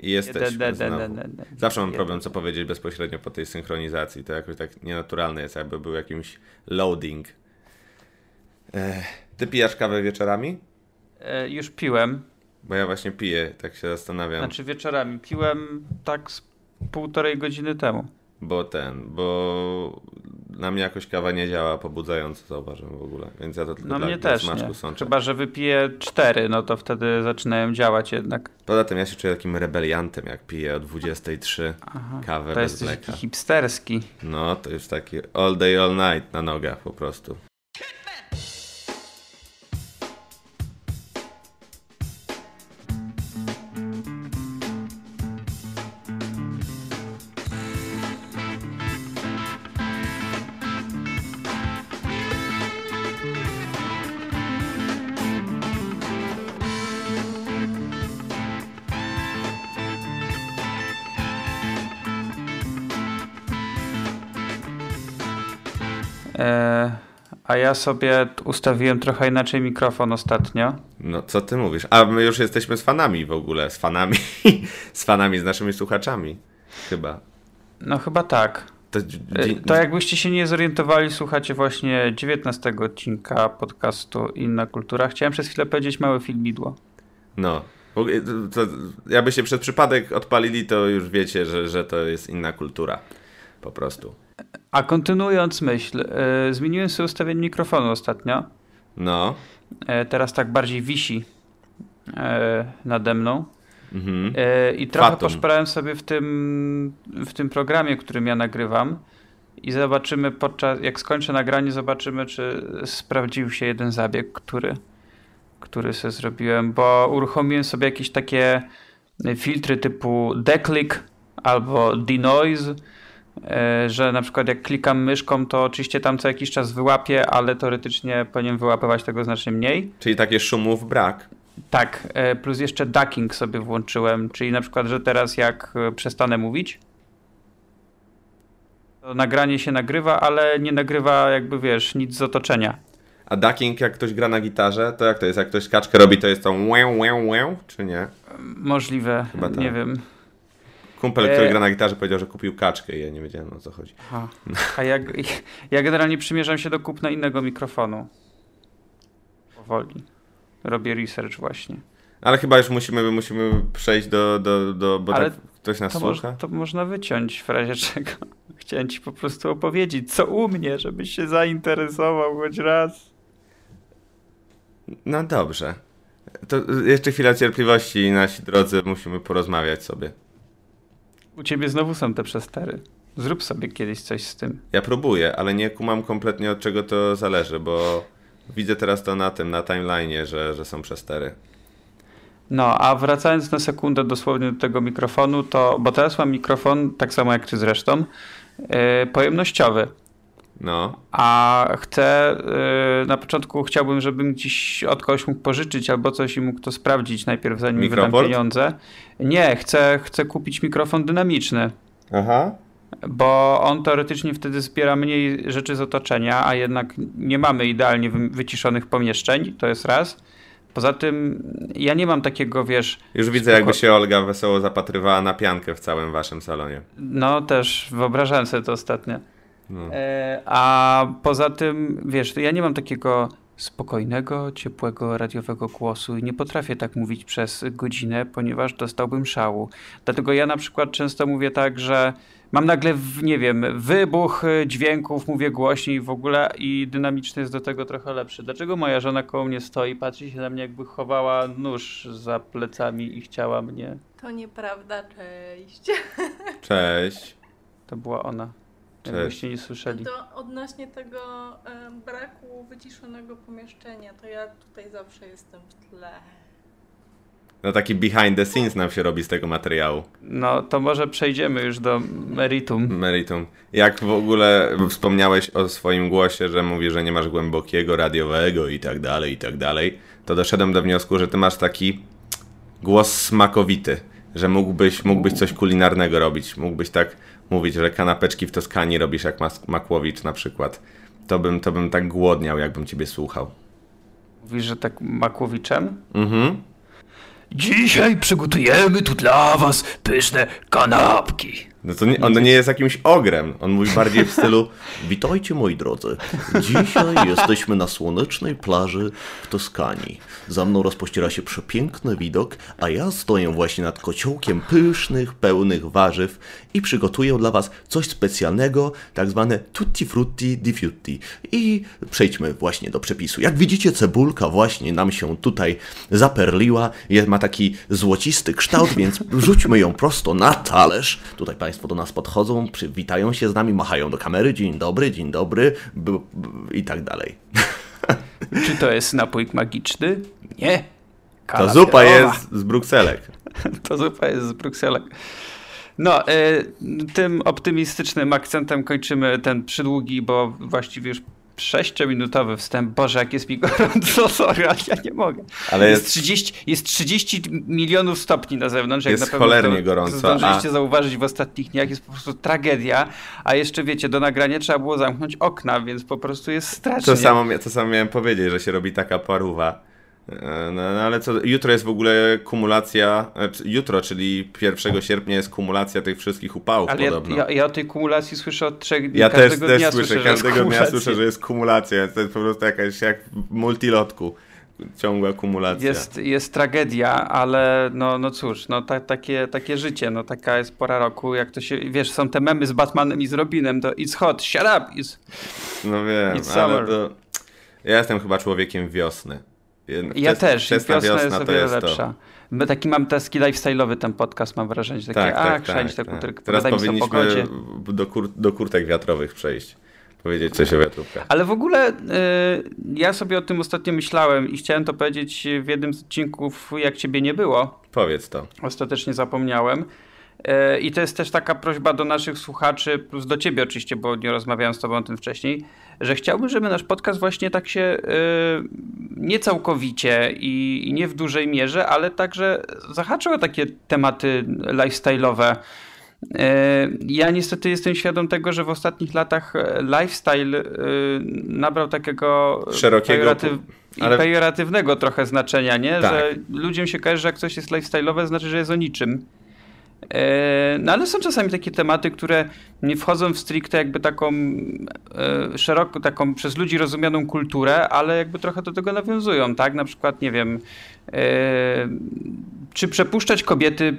i jesteśmy znowu. Zawsze mam problem, co powiedzieć bezpośrednio po tej synchronizacji. To jakoś tak nienaturalne jest, jakby był jakimś loading. Ty pijasz kawę wieczorami? Już piłem. Bo ja właśnie piję, tak się zastanawiam. Znaczy wieczorami. Piłem tak z 1,5 godziny temu. Bo na mnie jakoś kawa nie działa pobudzająco, zauważyłem w ogóle. Więc ja to tylko mnie też smaczku nie. sączę. Chyba że wypiję 4, no to wtedy zaczynają działać jednak. Poza tym ja się czuję takim rebeliantem, jak piję o 23 kawę to bez jest mleka. taki hipsterski. No, to jest taki all day, all night na nogach po prostu. A ja sobie ustawiłem trochę inaczej mikrofon ostatnio. No, co ty mówisz? A my już jesteśmy z fanami w ogóle, z fanami, z naszymi słuchaczami, chyba. No chyba tak. To jakbyście się nie zorientowali, słuchacie właśnie 19 odcinka podcastu Inna Kultura. Chciałem przez chwilę powiedzieć małe filmidło. No, jakbyście przez przypadek odpalili, to już wiecie, że to jest inna kultura. Po prostu. A kontynuując myśl, zmieniłem sobie ustawienie mikrofonu ostatnio. No. Teraz tak bardziej wisi nade mną. Mhm. I trochę poszperałem sobie w tym programie, którym ja nagrywam. I zobaczymy jak skończę nagranie, zobaczymy, czy sprawdził się jeden zabieg, który sobie zrobiłem, bo uruchomiłem sobie jakieś takie filtry typu declick albo denoise, że na przykład jak klikam myszką, to oczywiście tam co jakiś czas wyłapię, ale teoretycznie powinien wyłapywać tego znacznie mniej. Czyli takie szumów brak. Tak, plus jeszcze ducking sobie włączyłem, czyli na przykład, że teraz jak przestanę mówić, to nagranie się nagrywa, ale nie nagrywa jakby wiesz, nic z otoczenia. A ducking, jak ktoś gra na gitarze, to jak to jest? Jak ktoś kaczkę robi, to jest to łę, czy nie? Możliwe, chyba tak. Nie wiem. Kumpel, który gra na gitarze, powiedział, że kupił kaczkę i ja nie wiedziałem, o co chodzi. Aha. A ja generalnie przymierzam się do kupna innego mikrofonu. Powoli. Robię research właśnie. Ale chyba już musimy przejść bo ale tak ktoś nas słucha. To można wyciąć w razie czego. Chciałem ci po prostu opowiedzieć, co u mnie, żebyś się zainteresował choć raz. No dobrze. To jeszcze chwila cierpliwości, nasi drodzy, musimy porozmawiać sobie. U ciebie znowu są te przestery. Zrób sobie kiedyś coś z tym. Ja próbuję, ale nie kumam kompletnie, od czego to zależy, bo widzę teraz to na timeline'ie, że są przestery. No, a wracając na sekundę dosłownie do tego mikrofonu, bo teraz mam mikrofon, tak samo jak ty zresztą, pojemnościowy. No. A na początku chciałbym, żebym gdzieś od kogoś mógł pożyczyć albo coś i mógł to sprawdzić najpierw, zanim wydam pieniądze. Nie, chcę kupić mikrofon dynamiczny. Aha. Bo on teoretycznie wtedy zbiera mniej rzeczy z otoczenia, a jednak nie mamy idealnie wyciszonych pomieszczeń, to jest raz. Poza tym ja nie mam takiego, wiesz... Już widzę, jakby się Olga wesoło zapatrywała na piankę w całym waszym salonie. No też, wyobrażałem sobie to ostatnio. No. A poza tym, wiesz, ja nie mam takiego spokojnego, ciepłego, radiowego głosu i nie potrafię tak mówić przez godzinę, ponieważ dostałbym szału. Dlatego ja na przykład często mówię tak, że mam nagle, nie wiem, wybuch dźwięków, mówię głośniej w ogóle i dynamiczny jest do tego trochę lepszy. Dlaczego moja żona koło mnie stoi, patrzy się na mnie, jakby chowała nóż za plecami i chciała mnie... To nieprawda, cześć. Cześć. To była ona. Jakbyście nie słyszeli. To odnośnie tego braku wyciszonego pomieszczenia, to ja tutaj zawsze jestem w tle. No taki behind the scenes nam się robi z tego materiału. No to może przejdziemy już do meritum. Jak w ogóle wspomniałeś o swoim głosie, że mówisz, że nie masz głębokiego, radiowego i tak dalej, to doszedłem do wniosku, że ty masz taki głos smakowity, że mógłbyś coś kulinarnego robić. Mógłbyś tak mówić, że kanapeczki w Toskanii robisz jak Makłowicz na przykład. To bym tak głodniał, jakbym ciebie słuchał. Mówisz, że tak Makłowiczem? Mhm. Dzisiaj przygotujemy tu dla was pyszne kanapki. No to nie, on nie jest jakimś ogrem. On mówi bardziej w stylu: witajcie moi drodzy. Dzisiaj jesteśmy na słonecznej plaży w Toskanii. Za mną rozpościera się przepiękny widok, a ja stoję właśnie nad kociołkiem pysznych, pełnych warzyw i przygotuję dla was coś specjalnego, tak zwane tutti frutti di frutti. I przejdźmy właśnie do przepisu. Jak widzicie, cebulka właśnie nam się tutaj zaperliła. Ma taki złocisty kształt, więc rzućmy ją prosto na talerz. Tutaj państwo do nas podchodzą, witają się z nami, machają do kamery, dzień dobry, i tak dalej. Czy to jest napój magiczny? Nie. Ta zupa jest z brukselek. To zupa jest z brukselek. No, tym optymistycznym akcentem kończymy ten przydługi, bo właściwie już 6-minutowy wstęp. Boże, jak jest mi gorąco, sorry, ja nie mogę. Ale jest 30 milionów stopni na zewnątrz. Jest jak na pewno cholernie gorąco. Zdążyliście zauważyć w ostatnich dniach, jest po prostu tragedia, a jeszcze wiecie, do nagrania trzeba było zamknąć okna, więc po prostu jest strasznie. To samo miałem powiedzieć, że się robi taka paruwa. No ale co, jutro jest w ogóle kumulacja, jutro, czyli 1 sierpnia jest kumulacja tych wszystkich upałów ale podobno. Ja o tej kumulacji słyszę od 3 dni. Ja też słyszę, każdego dnia słyszę, że jest kumulacja. To jest po prostu jakaś jak w multilotku. Ciągła kumulacja. Jest tragedia, ale no cóż, no takie życie, no taka jest pora roku, jak to się, wiesz, są te memy z Batmanem i z Robinem, to it's hot, shut up, no wiem, ale to ja jestem chyba człowiekiem wiosny. Ja też, wiosna jest o wiele lepsza. Taki mam taki lifestyle'owy ten podcast, mam wrażenie, że takie, Teraz powinniśmy do kurtek wiatrowych przejść. Powiedzieć coś o wiatrówkach. Ale w ogóle ja sobie o tym ostatnio myślałem i chciałem to powiedzieć w jednym z odcinków, jak ciebie nie było. Powiedz to. Ostatecznie zapomniałem. I to jest też taka prośba do naszych słuchaczy, plus do ciebie oczywiście, bo nie rozmawiałem z tobą o tym wcześniej, że chciałbym, żeby nasz podcast właśnie tak się nie całkowicie i nie w dużej mierze, ale także zahaczył o takie tematy lifestyle'owe. Ja niestety jestem świadom tego, że w ostatnich latach lifestyle nabrał takiego szerokiego pejoratywnego trochę znaczenia, nie? Tak. Że ludziom się każe, że jak coś jest lifestyle'owe, znaczy, że jest o niczym. No ale są czasami takie tematy, które nie wchodzą w stricte jakby taką szeroko, taką przez ludzi rozumianą kulturę, ale jakby trochę do tego nawiązują, tak? Na przykład, nie wiem, czy przepuszczać kobiety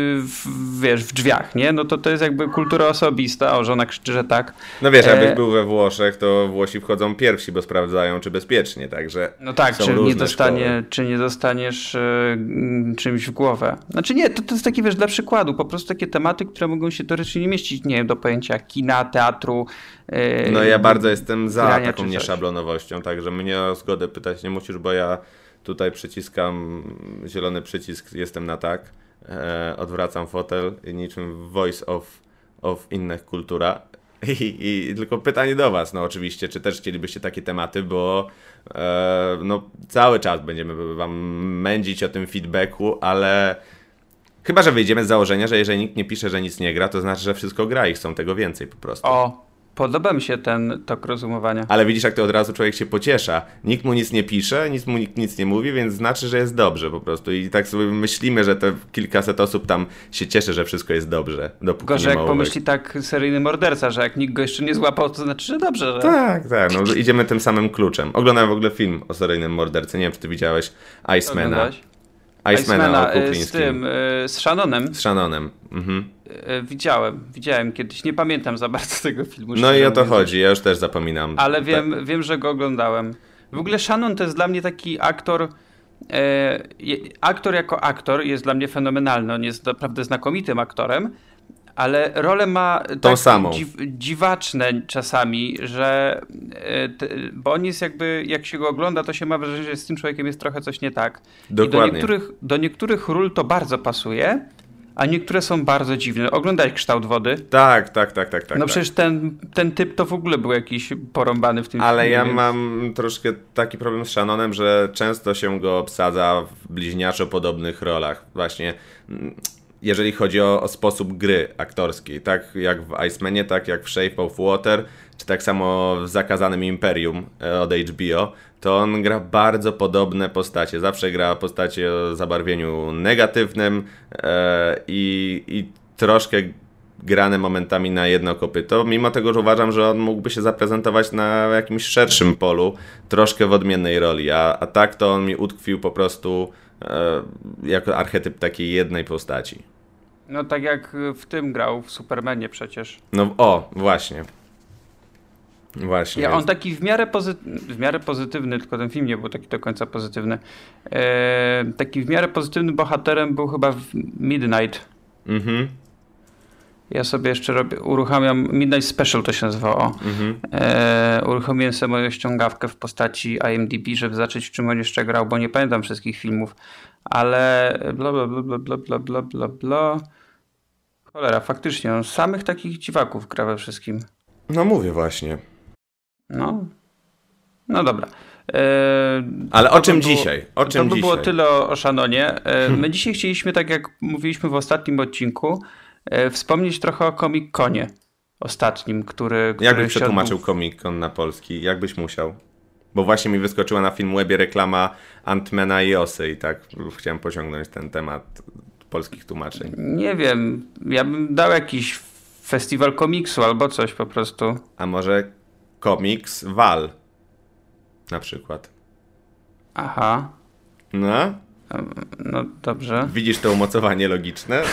w drzwiach, nie? No to jest jakby kultura osobista, o, żona krzyczy, że tak. No wiesz, jakbyś był we Włoszech, to Włosi wchodzą pierwsi, bo sprawdzają, czy bezpiecznie, także no tak, czy nie dostaniesz czymś w głowę. Znaczy nie, to jest taki, wiesz, dla przykładu, po prostu takie tematy, które mogą się teoretycznie nie mieścić, nie wiem, do pojęcia kina, teatru. No ja bardzo jestem za taką nieszablonowością, także mnie o zgodę pytać nie musisz, bo ja tutaj przyciskam zielony przycisk, jestem na tak, odwracam fotel i niczym voice of innych kultura. I tylko pytanie do was, no oczywiście, czy też chcielibyście takie tematy, bo no cały czas będziemy wam mędzić o tym feedbacku, ale chyba, że wyjdziemy z założenia, że jeżeli nikt nie pisze, że nic nie gra, to znaczy, że wszystko gra i chcą tego więcej po prostu. Podoba mi się ten tok rozumowania. Ale widzisz, jak to od razu człowiek się pociesza. Nikt mu nic nie pisze, nikt nic nie mówi, więc znaczy, że jest dobrze po prostu. I tak sobie myślimy, że te kilkaset osób tam się cieszy, że wszystko jest dobrze. Gorzej jak pomyśli tak seryjny morderca, że jak nikt go jeszcze nie złapał, to znaczy, że dobrze. Że... Tak, no idziemy tym samym kluczem. Oglądałem w ogóle film o seryjnym mordercy. Nie wiem, czy ty widziałeś Icemana. Icemana o Kuklińskim. Z Shannonem. Z Shannonem. Mhm. Widziałem kiedyś, nie pamiętam za bardzo tego filmu. No i o to chodzi, ja już też zapominam. Ale wiem, że go oglądałem. W ogóle Shannon to jest dla mnie taki aktor, aktor jako aktor jest dla mnie fenomenalny, on jest naprawdę znakomitym aktorem, ale rolę ma tak dziwaczne czasami, że bo on jest jakby, jak się go ogląda, to się ma wrażenie, że z tym człowiekiem jest trochę coś nie tak. Dokładnie. I do niektórych ról to bardzo pasuje, a niektóre są bardzo dziwne. Oglądałeś Kształt wody? Tak. No przecież ten typ to w ogóle był jakiś porąbany w tym ale filmie. Ale ja mam troszkę taki problem z Shannonem, że często się go obsadza w bliźniaczo podobnych rolach. Właśnie jeżeli chodzi o sposób gry aktorskiej, tak jak w Icemanie, tak jak w Shape of Water, czy tak samo w Zakazanym Imperium od HBO, to on gra bardzo podobne postacie. Zawsze gra postacie o zabarwieniu negatywnym i troszkę grane momentami na jedno kopyto, mimo tego, że uważam, że on mógłby się zaprezentować na jakimś szerszym polu, troszkę w odmiennej roli, a tak to on mi utkwił po prostu jako archetyp takiej jednej postaci. No tak jak w tym grał, w Supermanie przecież. No o, właśnie. Właśnie. On taki w miarę pozytywny, tylko ten film nie był taki do końca pozytywny. Taki w miarę pozytywnym bohaterem był chyba w Midnight. Mhm. Ja sobie jeszcze uruchamiam, Midnight Special to się nazywało. Uruchomiłem sobie moją ściągawkę w postaci IMDb, żeby zobaczyć, w czym on jeszcze grał, bo nie pamiętam wszystkich filmów, ale bla bla bla bla bla bla bla bla. Cholera, faktycznie, on samych takich dziwaków gra we wszystkim. No mówię właśnie. No dobra. Ale o czym dzisiaj? O czym to by było dzisiaj? tyle o Shannonie. My dzisiaj chcieliśmy, tak jak mówiliśmy w ostatnim odcinku, wspomnieć trochę o Comic-Conie ostatnim, który Jak byś się przetłumaczył Comic-Con na polski? Jak byś musiał? Bo właśnie mi wyskoczyła na Filmwebie reklama Ant-Mana i Osy i tak chciałem pociągnąć ten temat polskich tłumaczeń. Nie wiem, ja bym dał jakiś festiwal komiksu albo coś po prostu. A może Comics Val na przykład. Aha. No? No dobrze. Widzisz to umocowanie logiczne?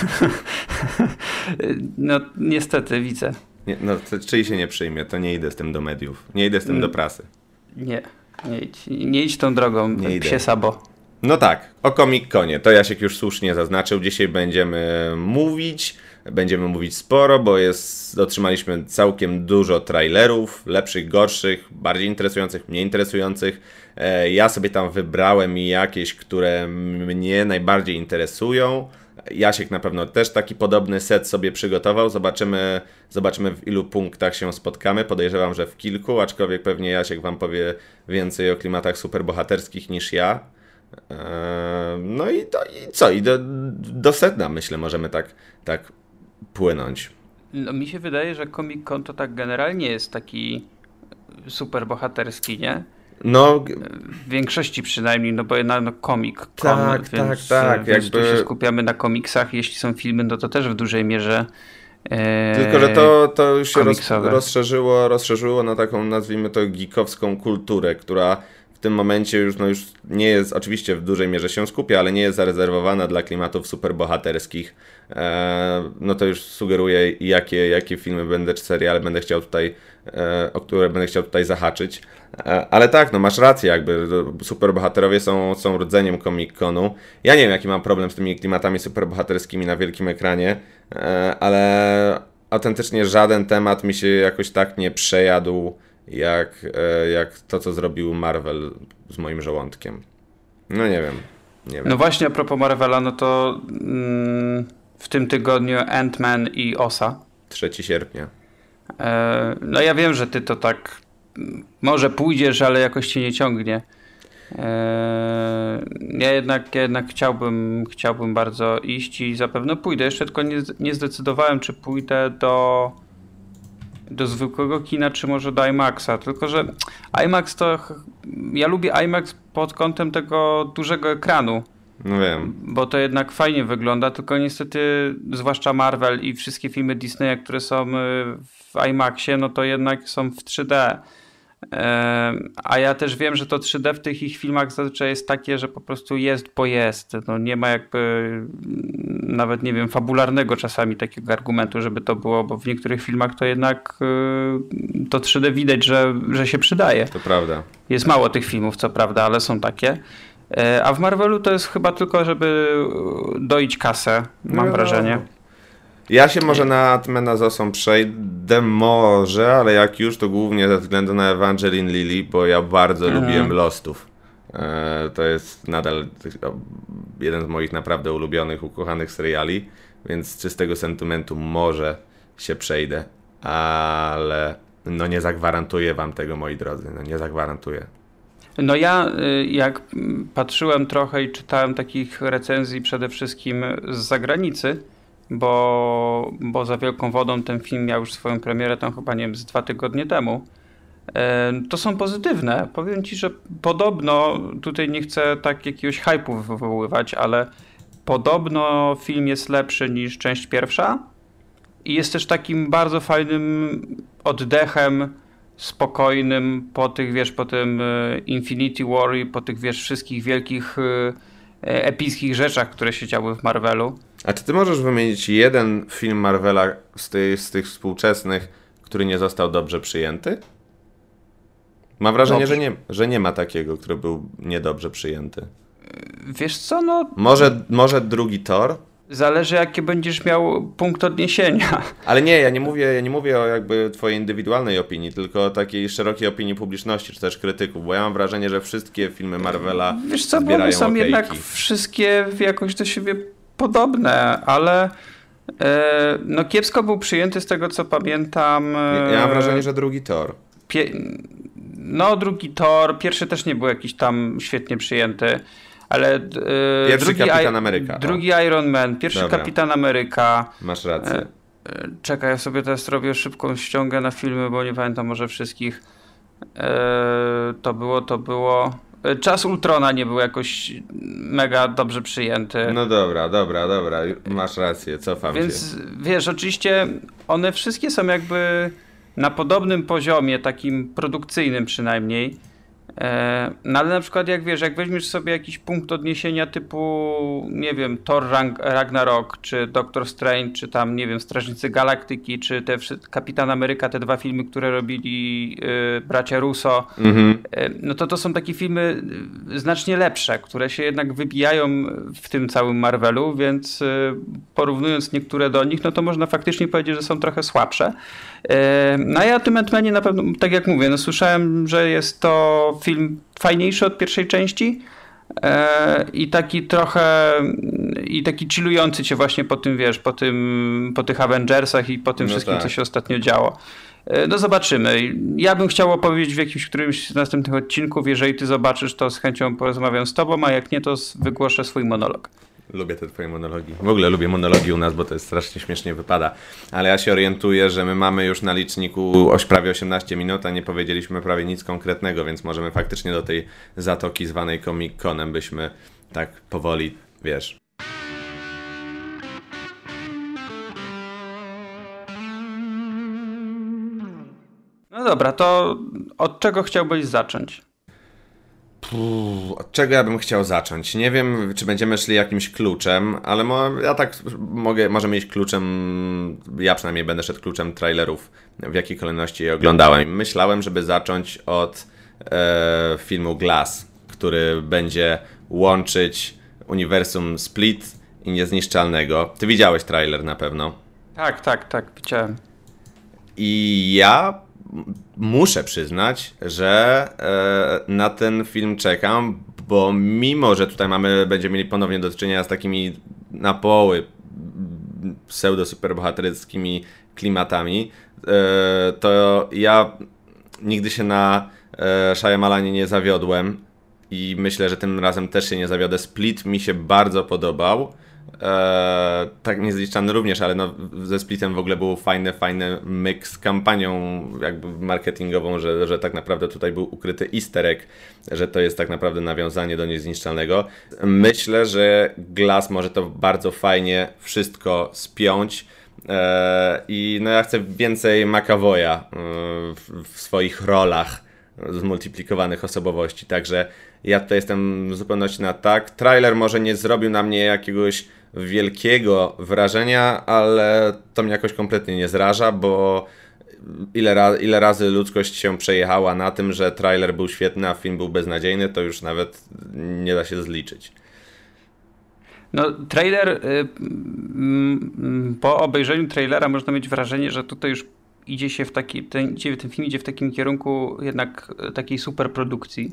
No niestety widzę. Nie, no, czyli się nie przyjmie, to nie idę z tym do mediów. Nie idę z tym do prasy. Nie idź tą drogą, psie sabo. No tak, o Comic-Conie. To Jasiek już słusznie zaznaczył. Dzisiaj będziemy mówić sporo, bo otrzymaliśmy całkiem dużo trailerów, lepszych, gorszych, bardziej interesujących, mniej interesujących. Ja sobie tam wybrałem jakieś, które mnie najbardziej interesują. Jasiek na pewno też taki podobny set sobie przygotował. Zobaczymy w ilu punktach się spotkamy. Podejrzewam, że w kilku, aczkolwiek pewnie Jasiek wam powie więcej o klimatach superbohaterskich niż ja. No i co? I do sedna, myślę, możemy tak płynąć. No, mi się wydaje, że Comic-Con to tak generalnie jest taki super bohaterski, nie? No, w większości przynajmniej, no bo jednak Comic-Con, tak. Więc tu się skupiamy na komiksach. Jeśli są filmy, no to też w dużej mierze tylko, że to już się rozszerzyło na taką, nazwijmy to, geekowską kulturę, która w tym momencie już nie jest, oczywiście w dużej mierze się skupia, ale nie jest zarezerwowana dla klimatów superbohaterskich. No to już sugeruje, jakie filmy czy seriale będę chciał tutaj, o które będę chciał tutaj zahaczyć. Ale tak, no masz rację, jakby superbohaterowie są rdzeniem Comic-Conu. Ja nie wiem, jaki mam problem z tymi klimatami superbohaterskimi na wielkim ekranie, ale autentycznie żaden temat mi się jakoś tak nie przejadł, jak to, co zrobił Marvel z moim żołądkiem. No nie wiem. No właśnie, a propos Marvela, no to w tym tygodniu Ant-Man i Osa. 3 sierpnia. No ja wiem, że ty to tak może pójdziesz, ale jakoś cię nie ciągnie. Ja jednak chciałbym bardzo iść i zapewne pójdę. Jeszcze tylko nie zdecydowałem, czy pójdę do zwykłego kina, czy może do IMAXa. Tylko że IMAX to... Ja lubię IMAX pod kątem tego dużego ekranu. No wiem. Bo to jednak fajnie wygląda, tylko niestety zwłaszcza Marvel i wszystkie filmy Disneya, które są w IMAXie, no to jednak są w 3D. A ja też wiem, że to 3D w tych ich filmach zazwyczaj jest takie, że po prostu jest, bo jest. No nie ma jakby nawet, nie wiem, fabularnego czasami takiego argumentu, żeby to było, bo w niektórych filmach to jednak to 3D widać, że się przydaje. To prawda. Jest mało tych filmów, co prawda, ale są takie. A w Marvelu to jest chyba tylko, żeby doić kasę, mam wrażenie. Ja się może na Ant-Mana z Osą przejdę, ale jak już, to głównie ze względu na Evangeline Lilly, bo ja bardzo lubiłem Lostów. To jest nadal jeden z moich naprawdę ulubionych, ukochanych seriali, więc z czystego sentymentu może się przejdę, ale no nie zagwarantuję wam tego, moi drodzy, no nie zagwarantuję. No ja jak patrzyłem trochę i czytałem takich recenzji przede wszystkim z zagranicy, bo Za wielką wodą ten film miał już swoją premierę tam chyba, nie wiem, z 2 tygodnie temu. To są pozytywne. Powiem ci, że podobno, tutaj nie chcę tak jakiegoś hype'u wywoływać, ale podobno film jest lepszy niż część pierwsza i jest też takim bardzo fajnym oddechem, spokojnym po tych, wiesz, po tym Infinity War i po tych, wiesz, wszystkich wielkich epickich rzeczach, które się działy w Marvelu. A czy ty możesz wymienić jeden film Marvela z tych współczesnych, który nie został dobrze przyjęty? Mam wrażenie, że nie ma takiego, który był niedobrze przyjęty. Wiesz co, no... Może drugi Thor? Zależy, jaki będziesz miał punkt odniesienia. Ale nie, ja nie mówię o jakby twojej indywidualnej opinii, tylko o takiej szerokiej opinii publiczności, czy też krytyków, bo ja mam wrażenie, że wszystkie filmy Marvela wiesz co, zbierają one są okejki. jednak wszystkie jakoś do siebie podobne, ale no kiepsko był przyjęty z tego, co pamiętam. Ja mam wrażenie, że drugi Thor. No, drugi Thor, pierwszy też nie był jakiś tam świetnie przyjęty, ale pierwszy Kapitan Ameryka. Drugi Iron Man, pierwszy Dobra. Kapitan Ameryka. Masz rację. Czekaj, ja sobie teraz robię szybką ściągę na filmy, bo nie pamiętam może wszystkich. To było... Czas Ultrona nie był jakoś mega dobrze przyjęty. No dobra, masz rację, cofam się. Więc wiesz, oczywiście one wszystkie są jakby na podobnym poziomie, takim produkcyjnym przynajmniej. No ale na przykład jak wiesz, jak weźmiesz sobie jakiś punkt odniesienia typu, nie wiem, Thor Ragnarok, czy Doctor Strange, czy tam, nie wiem, Strażnicy Galaktyki, czy te Kapitan Ameryka, te 2 filmy, które robili bracia Russo, no to są takie filmy znacznie lepsze, które się jednak wybijają w tym całym Marvelu, więc porównując niektóre do nich, no to można faktycznie powiedzieć, że są trochę słabsze. No ja o tym Ant-Manie na pewno, tak jak mówię, no słyszałem, że jest to film fajniejszy od pierwszej części i taki trochę chillujący cię właśnie po tym, wiesz, po tych Avengersach i po tym wszystkim, tak, co się ostatnio działo. No zobaczymy. Ja bym chciał opowiedzieć w którymś z następnych odcinków. Jeżeli ty zobaczysz, to z chęcią porozmawiam z tobą, a jak nie, to wygłoszę swój monolog. Lubię te twoje monologi. W ogóle lubię monologi u nas, bo to jest strasznie śmiesznie wypada. Ale ja się orientuję, że my mamy już na liczniku prawie 18 minut, a nie powiedzieliśmy prawie nic konkretnego, więc możemy faktycznie do tej zatoki zwanej Comic-Conem byśmy tak powoli, wiesz... No dobra, to od czego chciałbyś zacząć? Od czego ja bym chciał zacząć? Nie wiem, czy będziemy szli jakimś kluczem, ale ja tak możemy iść kluczem, ja przynajmniej będę szedł kluczem trailerów, w jakiej kolejności je oglądałem. Myślałem, żeby zacząć od filmu Glass, który będzie łączyć uniwersum Split i Niezniszczalnego. Ty widziałeś trailer na pewno? Tak, widziałem. I ja muszę przyznać, że na ten film czekam, bo mimo, że tutaj będziemy mieli ponownie do czynienia z takimi na poły pseudo-superbohateryckimi klimatami, to ja nigdy się na Shyamalanie nie zawiodłem i myślę, że tym razem też się nie zawiodę. Split mi się bardzo podobał. Tak Niezliczany również, ale no, ze Splitem w ogóle był fajny mix z kampanią jakby marketingową, że tak naprawdę tutaj był ukryty easter egg, że to jest tak naprawdę nawiązanie do Niezniszczalnego. Myślę, że Glass może to bardzo fajnie wszystko spiąć i no ja chcę więcej McAvoya w swoich rolach zmultiplikowanych osobowości, także ja tutaj jestem w zupełności na tak. Trailer może nie zrobił na mnie jakiegoś wielkiego wrażenia, ale to mnie jakoś kompletnie nie zraża, bo ile razy ludzkość się przejechała na tym, że trailer był świetny, a film był beznadziejny, to już nawet nie da się zliczyć. No trailer, po obejrzeniu trailera można mieć wrażenie, że tutaj już idzie się ten film idzie w takim kierunku jednak takiej superprodukcji.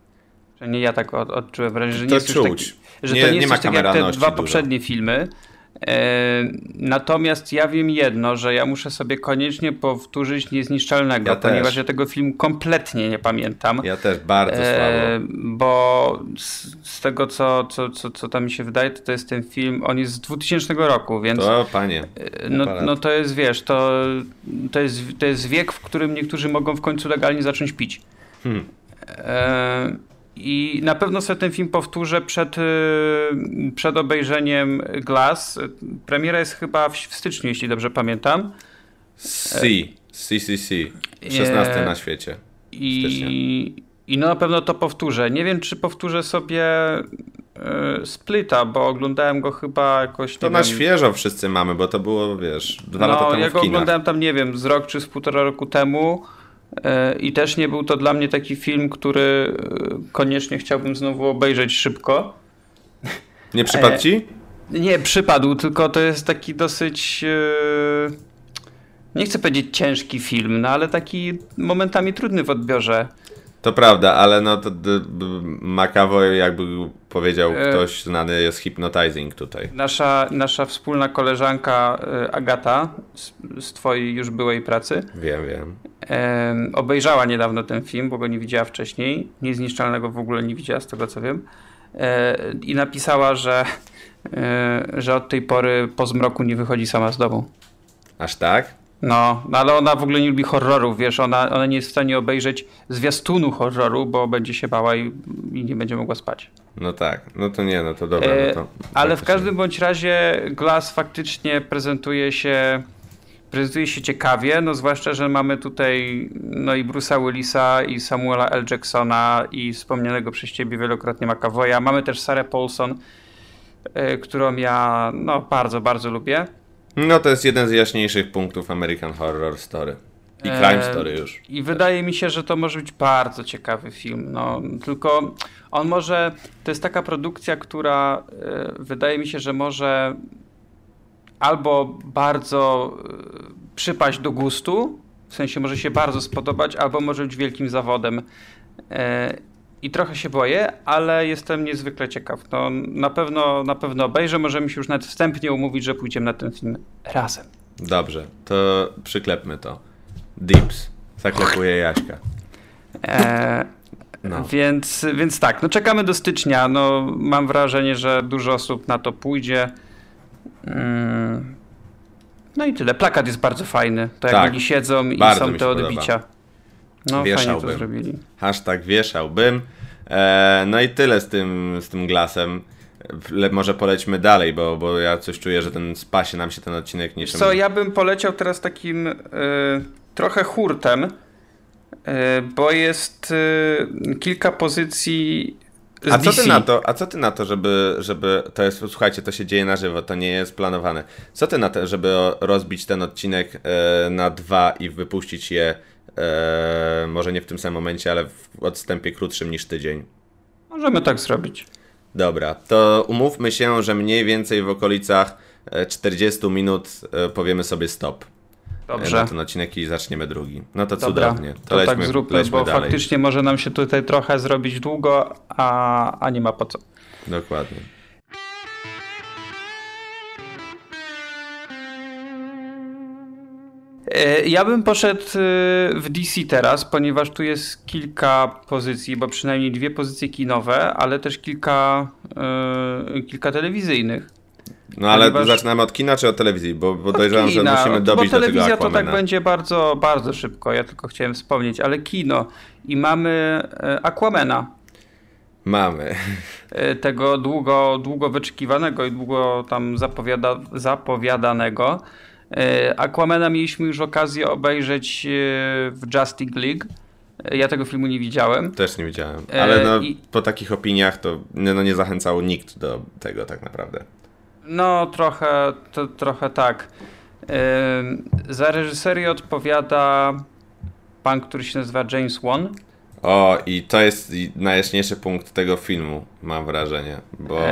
Nie, ja tak odczułem wrażenie, że nie jest już taki, że to nie jest coś tak jak te 2 poprzednie filmy. Natomiast ja wiem jedno, że ja muszę sobie koniecznie powtórzyć Niezniszczalnego, ponieważ ja tego filmu kompletnie nie pamiętam. Ja też bardzo słabo. Bo z tego, co tam mi się wydaje, to jest ten film, on jest z 2000 roku, więc... To panie. No to jest, wiesz, to jest wiek, w którym niektórzy mogą w końcu legalnie zacząć pić. I na pewno sobie ten film powtórzę przed obejrzeniem Glass. Premiera jest chyba w styczniu, jeśli dobrze pamiętam. CCC. 16 na świecie. I no na pewno to powtórzę. Nie wiem, czy powtórzę sobie Splita, bo oglądałem go chyba jakoś... To na świeżo wszyscy mamy, bo to było, wiesz, 2 lata temu w kinach. Ja go oglądałem tam, nie wiem, z rok czy z 1,5 roku temu. I też nie był to dla mnie taki film, który koniecznie chciałbym znowu obejrzeć szybko. Nie przypadł ci? Nie, przypadł, tylko to jest taki dosyć... Nie chcę powiedzieć ciężki film, no ale taki momentami trudny w odbiorze. To prawda, ale no to McAvoy, jakby powiedział ktoś znany, jest hypnotizing tutaj. Nasza wspólna koleżanka Agata z twojej już byłej pracy. Wiem. Obejrzała niedawno ten film, bo go nie widziała wcześniej. Niezniszczalnego w ogóle nie widziała, z tego co wiem. I napisała, że od tej pory po zmroku nie wychodzi sama z domu. Aż tak? No, ale ona w ogóle nie lubi horrorów, wiesz, ona nie jest w stanie obejrzeć zwiastunu horroru, bo będzie się bała i nie będzie mogła spać. No tak, no to nie, no to dobra. No to ale w każdym bądź razie Glass faktycznie prezentuje się ciekawie, no zwłaszcza, że mamy tutaj no i Bruce'a Willisa, i Samuela L. Jacksona, i wspomnianego przez ciebie wielokrotnie McAvoya. Mamy też Sarah Paulson, którą ja no bardzo, bardzo lubię. No to jest jeden z jaśniejszych punktów American Horror Story. I Crime Story już. I wydaje mi się, że to może być bardzo ciekawy film. No, tylko on może... To jest taka produkcja, która wydaje mi się, że może albo bardzo przypaść do gustu, w sensie może się bardzo spodobać, albo może być wielkim zawodem. I trochę się boję, ale jestem niezwykle ciekaw. No, na pewno obejrzę. Możemy się już nawet wstępnie umówić, że pójdziemy na ten film razem. Dobrze, to przyklepmy to. Dips. Zaklepuje Jaśka. No. Więc tak, no czekamy do stycznia. No, mam wrażenie, że dużo osób na to pójdzie. No i tyle. Plakat jest bardzo fajny. To jak oni siedzą i są te odbicia. No wieszałbym. Fajnie to zrobili. Hashtag wieszałbym. No i tyle z tym Glassem. Może polećmy dalej, bo ja coś czuję, że spasie nam się ten odcinek niczym... Co, ja bym poleciał teraz takim trochę hurtem, bo jest kilka pozycji z DC. A co ty na to, żeby to jest, słuchajcie, to się dzieje na żywo, to nie jest planowane. Co ty na to, żeby rozbić ten odcinek na 2 i wypuścić je może nie w tym samym momencie, ale w odstępie krótszym niż tydzień? Możemy tak zrobić. Dobra, to umówmy się, że mniej więcej w okolicach 40 minut powiemy sobie stop. Dobrze. Na ten odcinek i zaczniemy drugi. No to dobra, cudownie. To tak zróbmy, bo dalej. Faktycznie może nam się tutaj trochę zrobić długo, a nie ma po co. Dokładnie. Ja bym poszedł w DC teraz, ponieważ tu jest kilka pozycji, bo przynajmniej 2 pozycje kinowe, ale też kilka telewizyjnych. No ale zaczynamy od kina czy od telewizji? Bo dojrzewam, że musimy dobić do tego Aquamana. Telewizja to tak będzie bardzo, bardzo szybko, ja tylko chciałem wspomnieć, ale kino. I mamy Aquamana. Mamy. Tego długo wyczekiwanego i długo tam zapowiadanego. Aquamana mieliśmy już okazję obejrzeć w Justice League. Ja tego filmu nie widziałem. Też nie widziałem, ale po takich opiniach to nie zachęcał nikt do tego tak naprawdę. No trochę tak. Za reżyserię odpowiada pan, który się nazywa James Wan. O, i to jest najjaśniejszy punkt tego filmu, mam wrażenie, bo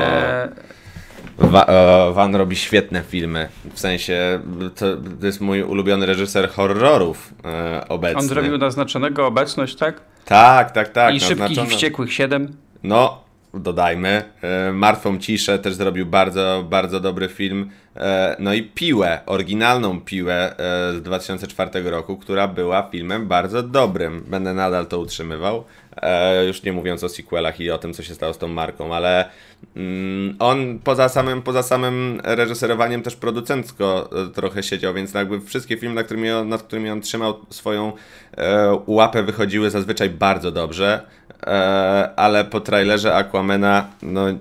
Van robi świetne filmy, w sensie to jest mój ulubiony reżyser horrorów obecny. On zrobił Naznaczonego, Obecność, tak? Tak. I Szybkich i Wściekłych 7. No, dodajmy. Martwą ciszę też zrobił bardzo, bardzo dobry film. No i Piłę, oryginalną Piłę z 2004 roku, która była filmem bardzo dobrym. Będę nadal to utrzymywał. Już nie mówiąc o sequelach i o tym, co się stało z tą marką, ale on poza samym reżyserowaniem też producencko trochę siedział, więc jakby wszystkie filmy, nad którymi on trzymał swoją łapę, wychodziły zazwyczaj bardzo dobrze, ale po trailerze Aquamana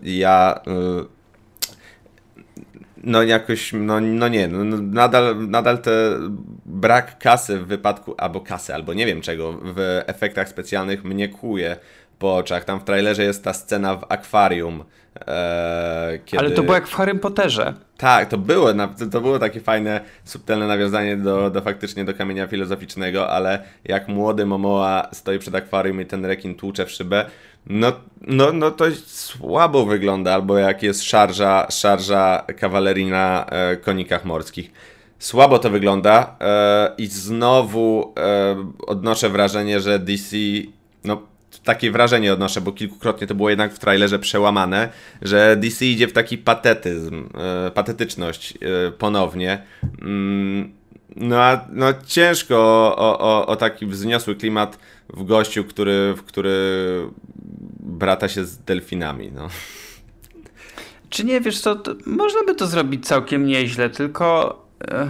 nadal brak kasy w wypadku, albo nie wiem czego, w efektach specjalnych mnie kłuje po oczach. Tam w trailerze jest ta scena w akwarium. Kiedy... Ale to było jak w Harrym Potterze. Tak, to było takie fajne, subtelne nawiązanie faktycznie do kamienia filozoficznego, ale jak młody Momoa stoi przed akwarium i ten rekin tłucze w szybę, no to słabo wygląda, albo jak jest szarża kawalerii na konikach morskich. Słabo to wygląda i znowu odnoszę wrażenie, że DC, takie wrażenie odnoszę, bo kilkukrotnie to było jednak w trailerze przełamane, że DC idzie w taki patetyczność ponownie. No ciężko o taki wzniosły klimat w gościu, który brata się z delfinami, no. Czy nie, wiesz co, można by to zrobić całkiem nieźle, tylko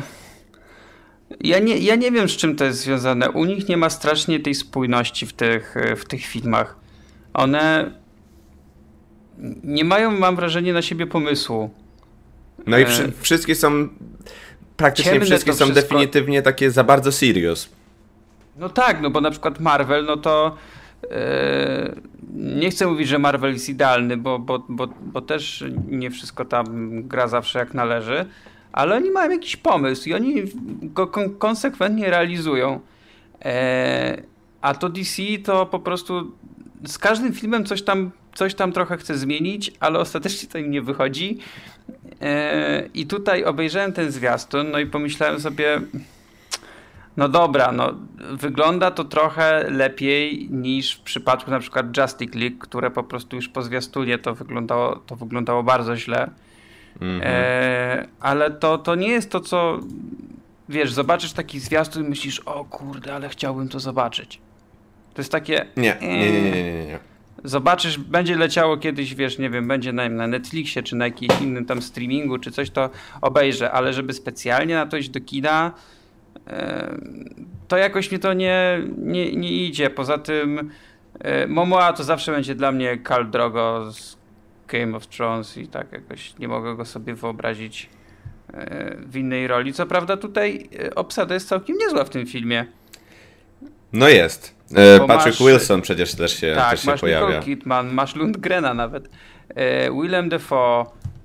ja nie wiem, z czym to jest związane. U nich nie ma strasznie tej spójności w tych filmach. One nie mają, mam wrażenie, na siebie pomysłu. No i wszystkie są, praktycznie wszystkie są definitywnie takie za bardzo serious. No tak, no bo na przykład Marvel, no to nie chcę mówić, że Marvel jest idealny, bo też nie wszystko tam gra zawsze jak należy, ale oni mają jakiś pomysł i oni go konsekwentnie realizują. A to DC to po prostu z każdym filmem coś tam trochę chce zmienić, ale ostatecznie to im nie wychodzi. I tutaj obejrzałem ten zwiastun, no i pomyślałem sobie, no dobra, no wygląda to trochę lepiej niż w przypadku na przykład Justice League, które po prostu już po zwiastunie to wyglądało bardzo źle. Ale to nie jest to, co wiesz, zobaczysz taki zwiastun i myślisz, o kurde, ale chciałbym to zobaczyć. To jest takie... Nie. Zobaczysz, będzie leciało kiedyś, wiesz, nie wiem, będzie na Netflixie, czy na jakimś innym tam streamingu, czy coś, to obejrzę, ale żeby specjalnie na to iść do kina, to jakoś mi to nie idzie. Poza tym Momoa to zawsze będzie dla mnie Khal Drogo z Game of Thrones i tak jakoś nie mogę go sobie wyobrazić w innej roli. Co prawda tutaj obsada jest całkiem niezła w tym filmie. No jest. Patrick Wilson przecież też się masz pojawia. Nicole Kidman, masz Lundgrena nawet. Willem Dafoe.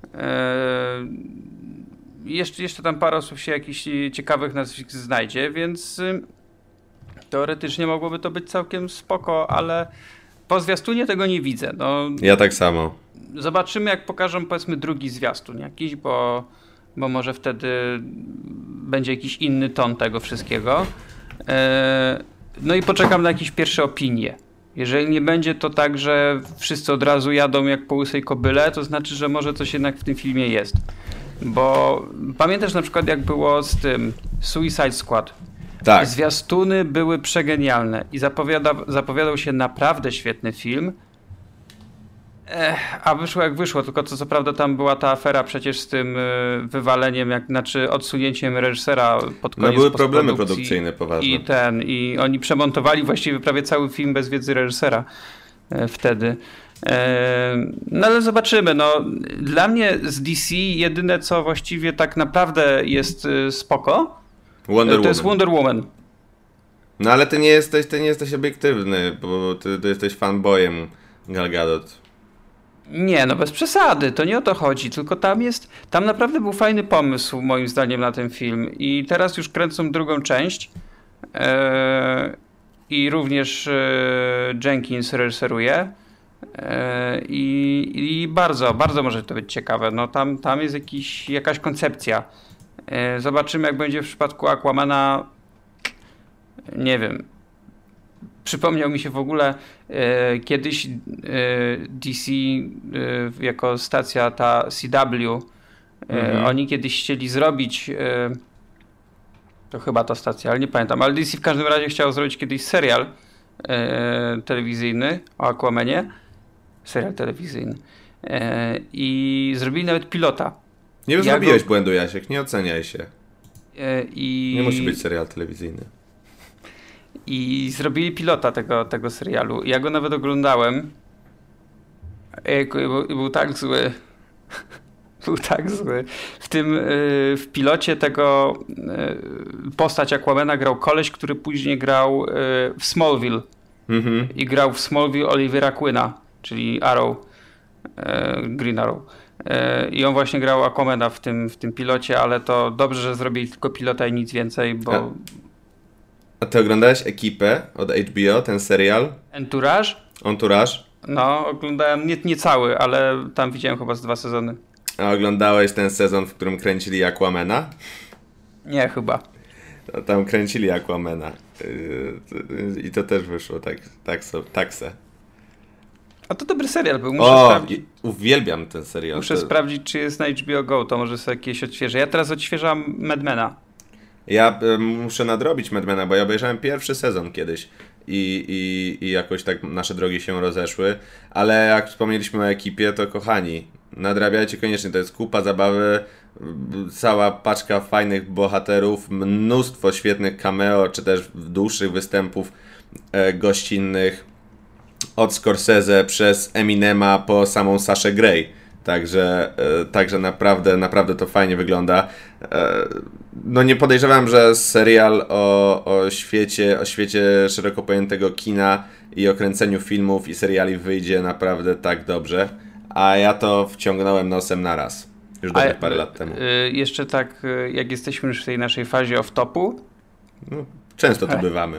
Jeszcze tam parę osób się jakichś ciekawych nazwisk znajdzie, więc teoretycznie mogłoby to być całkiem spoko, ale po zwiastunie tego nie widzę. No, ja tak samo. Zobaczymy, jak pokażą, powiedzmy, drugi zwiastun jakiś, bo może wtedy będzie jakiś inny ton tego wszystkiego. No i poczekam na jakieś pierwsze opinie. Jeżeli nie będzie to tak, że wszyscy od razu jadą jak po łysej kobyle, to znaczy, że może coś jednak w tym filmie jest. Bo pamiętasz na przykład, jak było z tym Suicide Squad? Tak. Zwiastuny były przegenialne i zapowiadał się naprawdę świetny film. A wyszło jak wyszło, tylko co prawda tam była ta afera przecież z tym wywaleniem, odsunięciem reżysera pod koniec. No były problemy produkcyjne poważne. I oni przemontowali właściwie prawie cały film bez wiedzy reżysera wtedy. No ale zobaczymy. No, dla mnie z DC jedyne, co właściwie tak naprawdę jest spoko, to jest Wonder Woman. No ale ty nie jesteś obiektywny, bo ty jesteś fanboyem Gal Gadot. Nie, no bez przesady, to nie o to chodzi, tylko tam naprawdę był fajny pomysł moim zdaniem na ten film i teraz już kręcą drugą część i również Jenkins reżyseruje i bardzo, bardzo może to być ciekawe, no tam jest jakaś koncepcja. Zobaczymy, jak będzie w przypadku Aquamana, nie wiem. przypomniał mi się w ogóle kiedyś DC jako stacja ta CW, oni kiedyś chcieli zrobić, to chyba ta stacja, ale nie pamiętam, ale DC w każdym razie chciał zrobić kiedyś serial telewizyjny o Aquamanie, serial telewizyjny i zrobili nawet pilota. Nie zrobiłeś błędu, Jasiek, nie oceniaj się. Nie musi być serial telewizyjny. I zrobili pilota tego serialu. Ja go nawet oglądałem. Był tak zły. Był tak zły. W pilocie tego postać Aquamana grał koleś, który później grał w Smallville. I grał w Smallville Olivera Quinna, czyli Arrow. Green Arrow. I on właśnie grał Aquamana w tym pilocie, ale to dobrze, że zrobili tylko pilota i nic więcej, bo... A ty oglądałeś Ekipę od HBO, ten serial? Entourage? No, oglądałem nie cały, ale tam widziałem chyba z 2 sezony. A oglądałeś ten sezon, w którym kręcili Aquamana? Nie, chyba. Tam kręcili Aquamana. I to też wyszło tak se. A to dobry serial był. Uwielbiam ten serial. Muszę sprawdzić, czy jest na HBO Go, to może sobie jakieś odświeżę. Ja teraz odświeżam Madmana. Ja muszę nadrobić Madmana, bo ja obejrzałem pierwszy sezon kiedyś i jakoś tak nasze drogi się rozeszły, ale jak wspomnieliśmy o Ekipie, to kochani, nadrabiajcie koniecznie, to jest kupa zabawy, cała paczka fajnych bohaterów, mnóstwo świetnych cameo, czy też dłuższych występów gościnnych, od Scorsese przez Eminema po samą Saszę Grey. Także naprawdę to fajnie wygląda. No nie podejrzewam, że serial o świecie szeroko pojętego kina i o kręceniu filmów i seriali wyjdzie naprawdę tak dobrze. A ja to wciągnąłem nosem na raz. Już dobrych parę lat temu. Jeszcze tak, jak jesteśmy już w tej naszej fazie off-topu. No, często tu bywamy.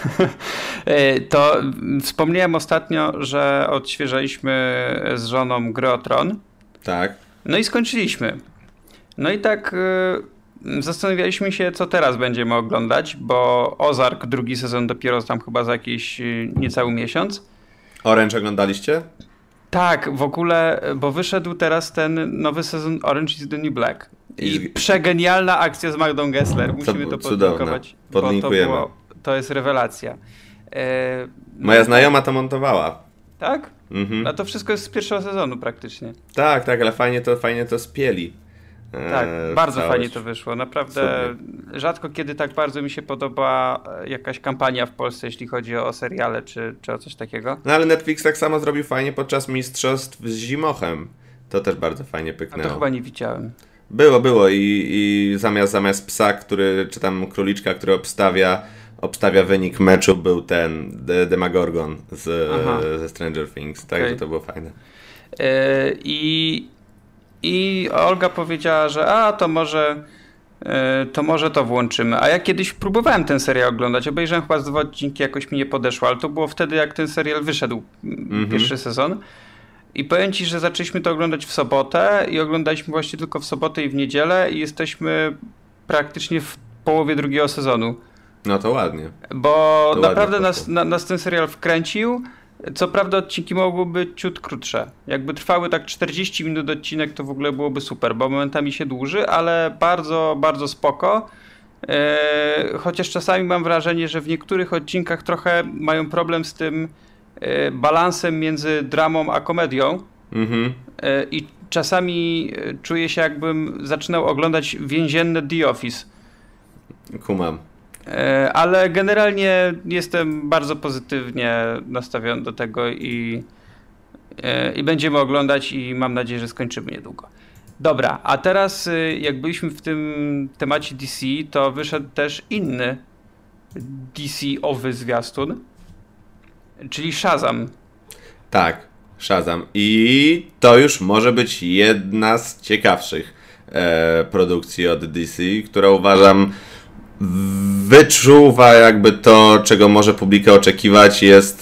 To wspomniałem ostatnio, że odświeżaliśmy z żoną Grę o Tron. Tak. No i skończyliśmy. No i tak zastanawialiśmy się, co teraz będziemy oglądać, bo Ozark drugi sezon dopiero tam chyba za jakiś niecały miesiąc. Orange oglądaliście? Tak, w ogóle, bo wyszedł teraz ten nowy sezon Orange is the New Black. I przegenialna akcja z Magdą Gessler. Musimy to podlinkować. Podlinkujemy. To jest rewelacja. Moja znajoma to montowała. Tak? A to wszystko jest z pierwszego sezonu praktycznie. Tak, ale fajnie to spieli. Tak, bardzo fajnie to wyszło. Naprawdę rzadko kiedy tak bardzo mi się podoba jakaś kampania w Polsce, jeśli chodzi o seriale czy o coś takiego. No ale Netflix tak samo zrobił fajnie podczas Mistrzostw z Zimochem. To też bardzo fajnie pyknęło. A to chyba nie widziałem. Było i zamiast psa, czy tam króliczka, który obstawia wynik meczu, był ten Demagorgon ze Stranger Things. Tak, że to było fajne. I Olga powiedziała, że to może to włączymy. A ja kiedyś próbowałem ten serial oglądać. Obejrzałem chyba z 2 odcinki, jakoś mi nie podeszło, ale to było wtedy, jak ten serial wyszedł, pierwszy sezon. I powiem ci, że zaczęliśmy to oglądać w sobotę i oglądaliśmy właśnie tylko w sobotę i w niedzielę i jesteśmy praktycznie w połowie drugiego sezonu. No to ładnie. Bo to naprawdę nas ten serial wkręcił. Co prawda odcinki mogły być ciut krótsze. Jakby trwały tak 40 minut odcinek, to w ogóle byłoby super, bo momentami się dłuży, ale bardzo, bardzo spoko. Chociaż czasami mam wrażenie, że w niektórych odcinkach trochę mają problem z tym balansem między dramą a komedią. I czasami czuję się, jakbym zaczynał oglądać więzienne The Office. Kumam. Ale generalnie jestem bardzo pozytywnie nastawiony do tego i będziemy oglądać i mam nadzieję, że skończymy niedługo. Dobra, a teraz jak byliśmy w tym temacie DC, to wyszedł też inny DC-owy zwiastun, czyli Shazam. Tak, Shazam. I to już może być jedna z ciekawszych produkcji od DC, która uważam wyczuwa jakby to, czego może publika oczekiwać,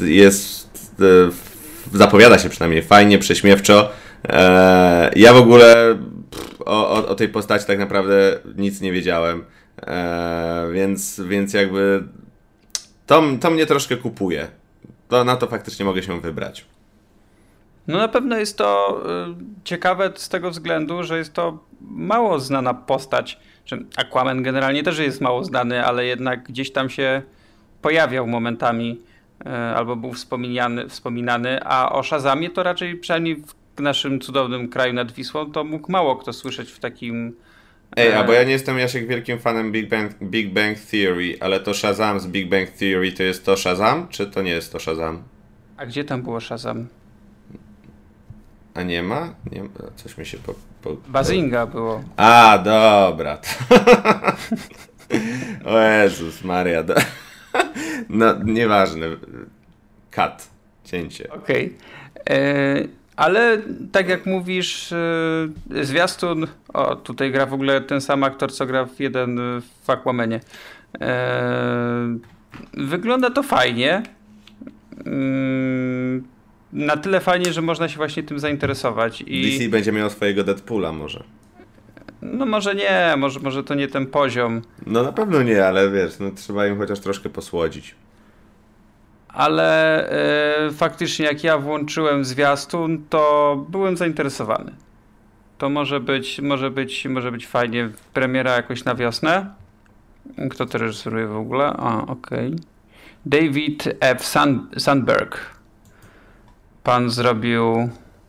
zapowiada się przynajmniej fajnie, prześmiewczo. Ja w ogóle o tej postaci tak naprawdę nic nie wiedziałem, więc jakby To mnie troszkę kupuje. Na to faktycznie mogę się wybrać. No na pewno jest to ciekawe z tego względu, że jest to mało znana postać. Że Aquaman generalnie też jest mało znany, ale jednak gdzieś tam się pojawiał momentami albo był wspominany, a o Shazamie to raczej przynajmniej w naszym cudownym kraju nad Wisłą to mógł mało kto słyszeć w takim... Ej, bo ja nie jestem Jasiek wielkim fanem Big Bang Theory, ale to Shazam z Big Bang Theory to jest to Shazam, czy to nie jest to Shazam? A gdzie tam było Shazam? A nie ma? Coś mi się Bazinga było. A, dobra. O Jezus Maria. No, nieważne. Cut. Cięcie. Okej. Ale tak jak mówisz, zwiastun... O, tutaj gra w ogóle ten sam aktor, co gra w Aquamanie. Wygląda to fajnie. Na tyle fajnie, że można się właśnie tym zainteresować. DC będzie miał swojego Deadpoola może. No może nie, może to nie ten poziom. No na pewno nie, ale wiesz, no trzeba im chociaż troszkę posłodzić. Ale faktycznie jak ja włączyłem zwiastun, to byłem zainteresowany. To może być fajnie. Premiera jakoś na wiosnę. Kto to reżyseruje w ogóle? A, okej. David F. Sandberg. Pan zrobił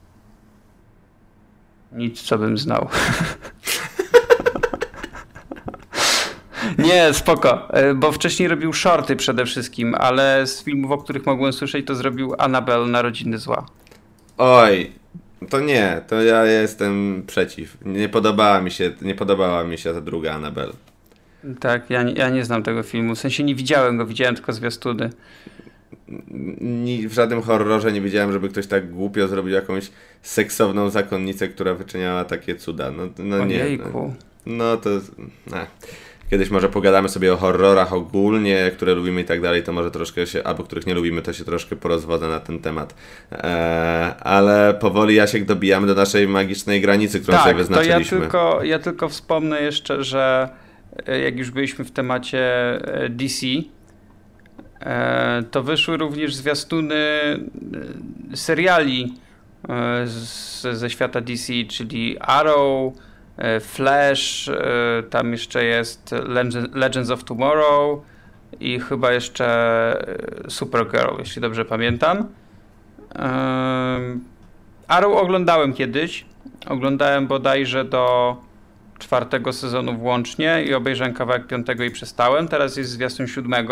nic, co bym znał. Nie, spoko, bo wcześniej robił shorty przede wszystkim, ale z filmów, o których mogłem słyszeć, to zrobił Annabelle Narodziny Zła. Oj, to ja jestem przeciw. Nie podobała mi się ta druga Annabelle. Tak, ja nie znam tego filmu, w sensie nie widziałem go, widziałem tylko zwiastuny. W żadnym horrorze nie widziałem, żeby ktoś tak głupio zrobił jakąś seksowną zakonnicę, która wyczyniała takie cuda. No nie. No to... Kiedyś może pogadamy sobie o horrorach ogólnie, które lubimy i tak dalej, to może troszkę albo których nie lubimy, to się troszkę porozwodzę na ten temat. Ale powoli, Jasiek, dobijamy do naszej magicznej granicy, którą sobie wyznaczyliśmy. To ja tylko wspomnę jeszcze, że jak już byliśmy w temacie DC, to wyszły również zwiastuny seriali ze świata DC, czyli Arrow, Flash, tam jeszcze jest Legends of Tomorrow i chyba jeszcze Supergirl, jeśli dobrze pamiętam. Arrow oglądałem kiedyś. Oglądałem bodajże do 4. sezonu włącznie i obejrzałem kawałek 5 i przestałem. Teraz jest zwiastun 7.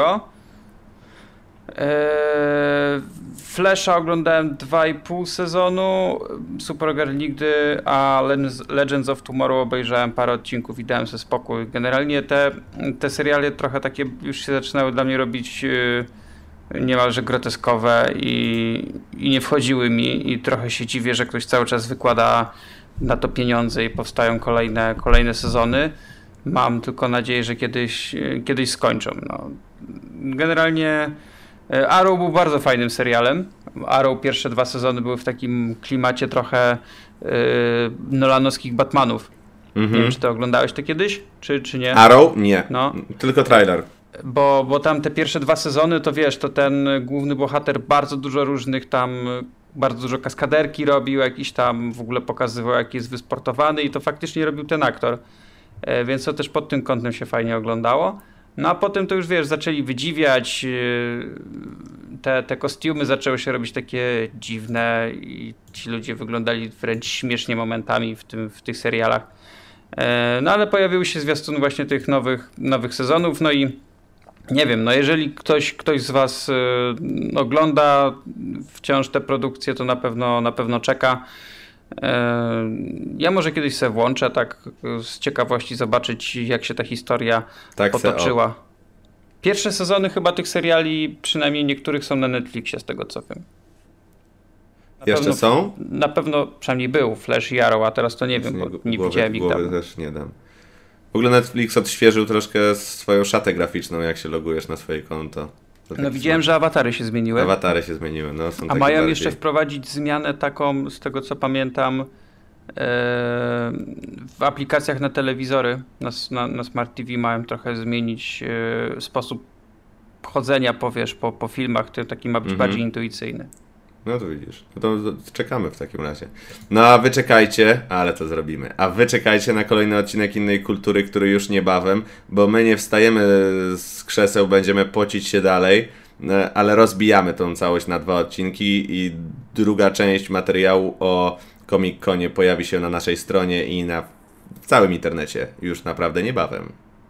Flasha oglądałem 2,5 sezonu, Supergirl nigdy, a Legends of Tomorrow obejrzałem parę odcinków i dałem sobie spokój. Generalnie te seriale trochę takie już się zaczynały dla mnie robić niemalże groteskowe i nie wchodziły mi i trochę się dziwię, że ktoś cały czas wykłada na to pieniądze i powstają kolejne sezony. Mam tylko nadzieję, że kiedyś skończą. No. Generalnie Arrow był bardzo fajnym serialem. Arrow pierwsze 2 sezony były w takim klimacie trochę nolanowskich Batmanów. Nie wiem, czy ty oglądałeś to kiedyś, czy nie? Arrow? Nie. No. Tylko trailer. Bo tam te pierwsze 2 sezony, to wiesz, to ten główny bohater bardzo dużo kaskaderki robił, jakiś tam w ogóle pokazywał, jak jest wysportowany i to faktycznie robił ten aktor. Więc to też pod tym kątem się fajnie oglądało. No a potem to już wiesz, zaczęli wydziwiać, te kostiumy zaczęły się robić takie dziwne i ci ludzie wyglądali wręcz śmiesznie momentami w tych serialach. No ale pojawiły się zwiastuny właśnie tych nowych sezonów, no i nie wiem, no jeżeli ktoś z was ogląda wciąż te produkcje, to na pewno czeka. Ja może kiedyś sobie włączę, tak z ciekawości zobaczyć, jak się ta historia potoczyła. Pierwsze sezony chyba tych seriali, przynajmniej niektórych, są na Netflixie, z tego co wiem. Jeszcze są? Na pewno, przynajmniej był Flash i Arrow, a teraz to nie wiem, bo nie widziałem ich tam. Też nie dam. W ogóle Netflix odświeżył troszkę swoją szatę graficzną, jak się logujesz na swoje konto. No widziałem, że awatary się zmieniły. No, są a mają jeszcze wprowadzić zmianę taką, z tego co pamiętam, w aplikacjach na telewizory, na Smart TV mają trochę zmienić sposób chodzenia po filmach, to taki ma być bardziej intuicyjny. No to widzisz, no to czekamy w takim razie. No a wy czekajcie, ale to zrobimy. A wy czekajcie na kolejny odcinek Innej Kultury, który już niebawem, bo my nie wstajemy z krzeseł, będziemy pocić się dalej, ale rozbijamy tą całość na 2 odcinki i druga część materiału o Comic-Conie pojawi się na naszej stronie i w całym internecie już naprawdę niebawem.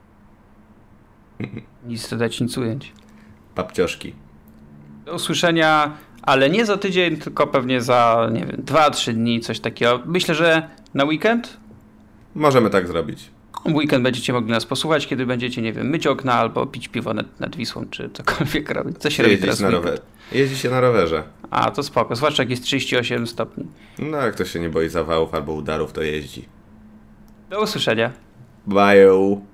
Nic dodać, nic ująć. Papcioszki. Do usłyszenia, ale nie za tydzień, tylko pewnie za, nie wiem, 2-3 dni, coś takiego. Myślę, że na weekend? Możemy tak zrobić. W weekend będziecie mogli nas posłuchać, kiedy będziecie, nie wiem, myć okna albo pić piwo nad Wisłą, czy cokolwiek robić. Co się robi teraz w weekend? Jeździ się na rowerze. A, to spoko, zwłaszcza jak jest 38 stopni. No, jak ktoś się nie boi zawałów albo udarów, to jeździ. Do usłyszenia. Bye.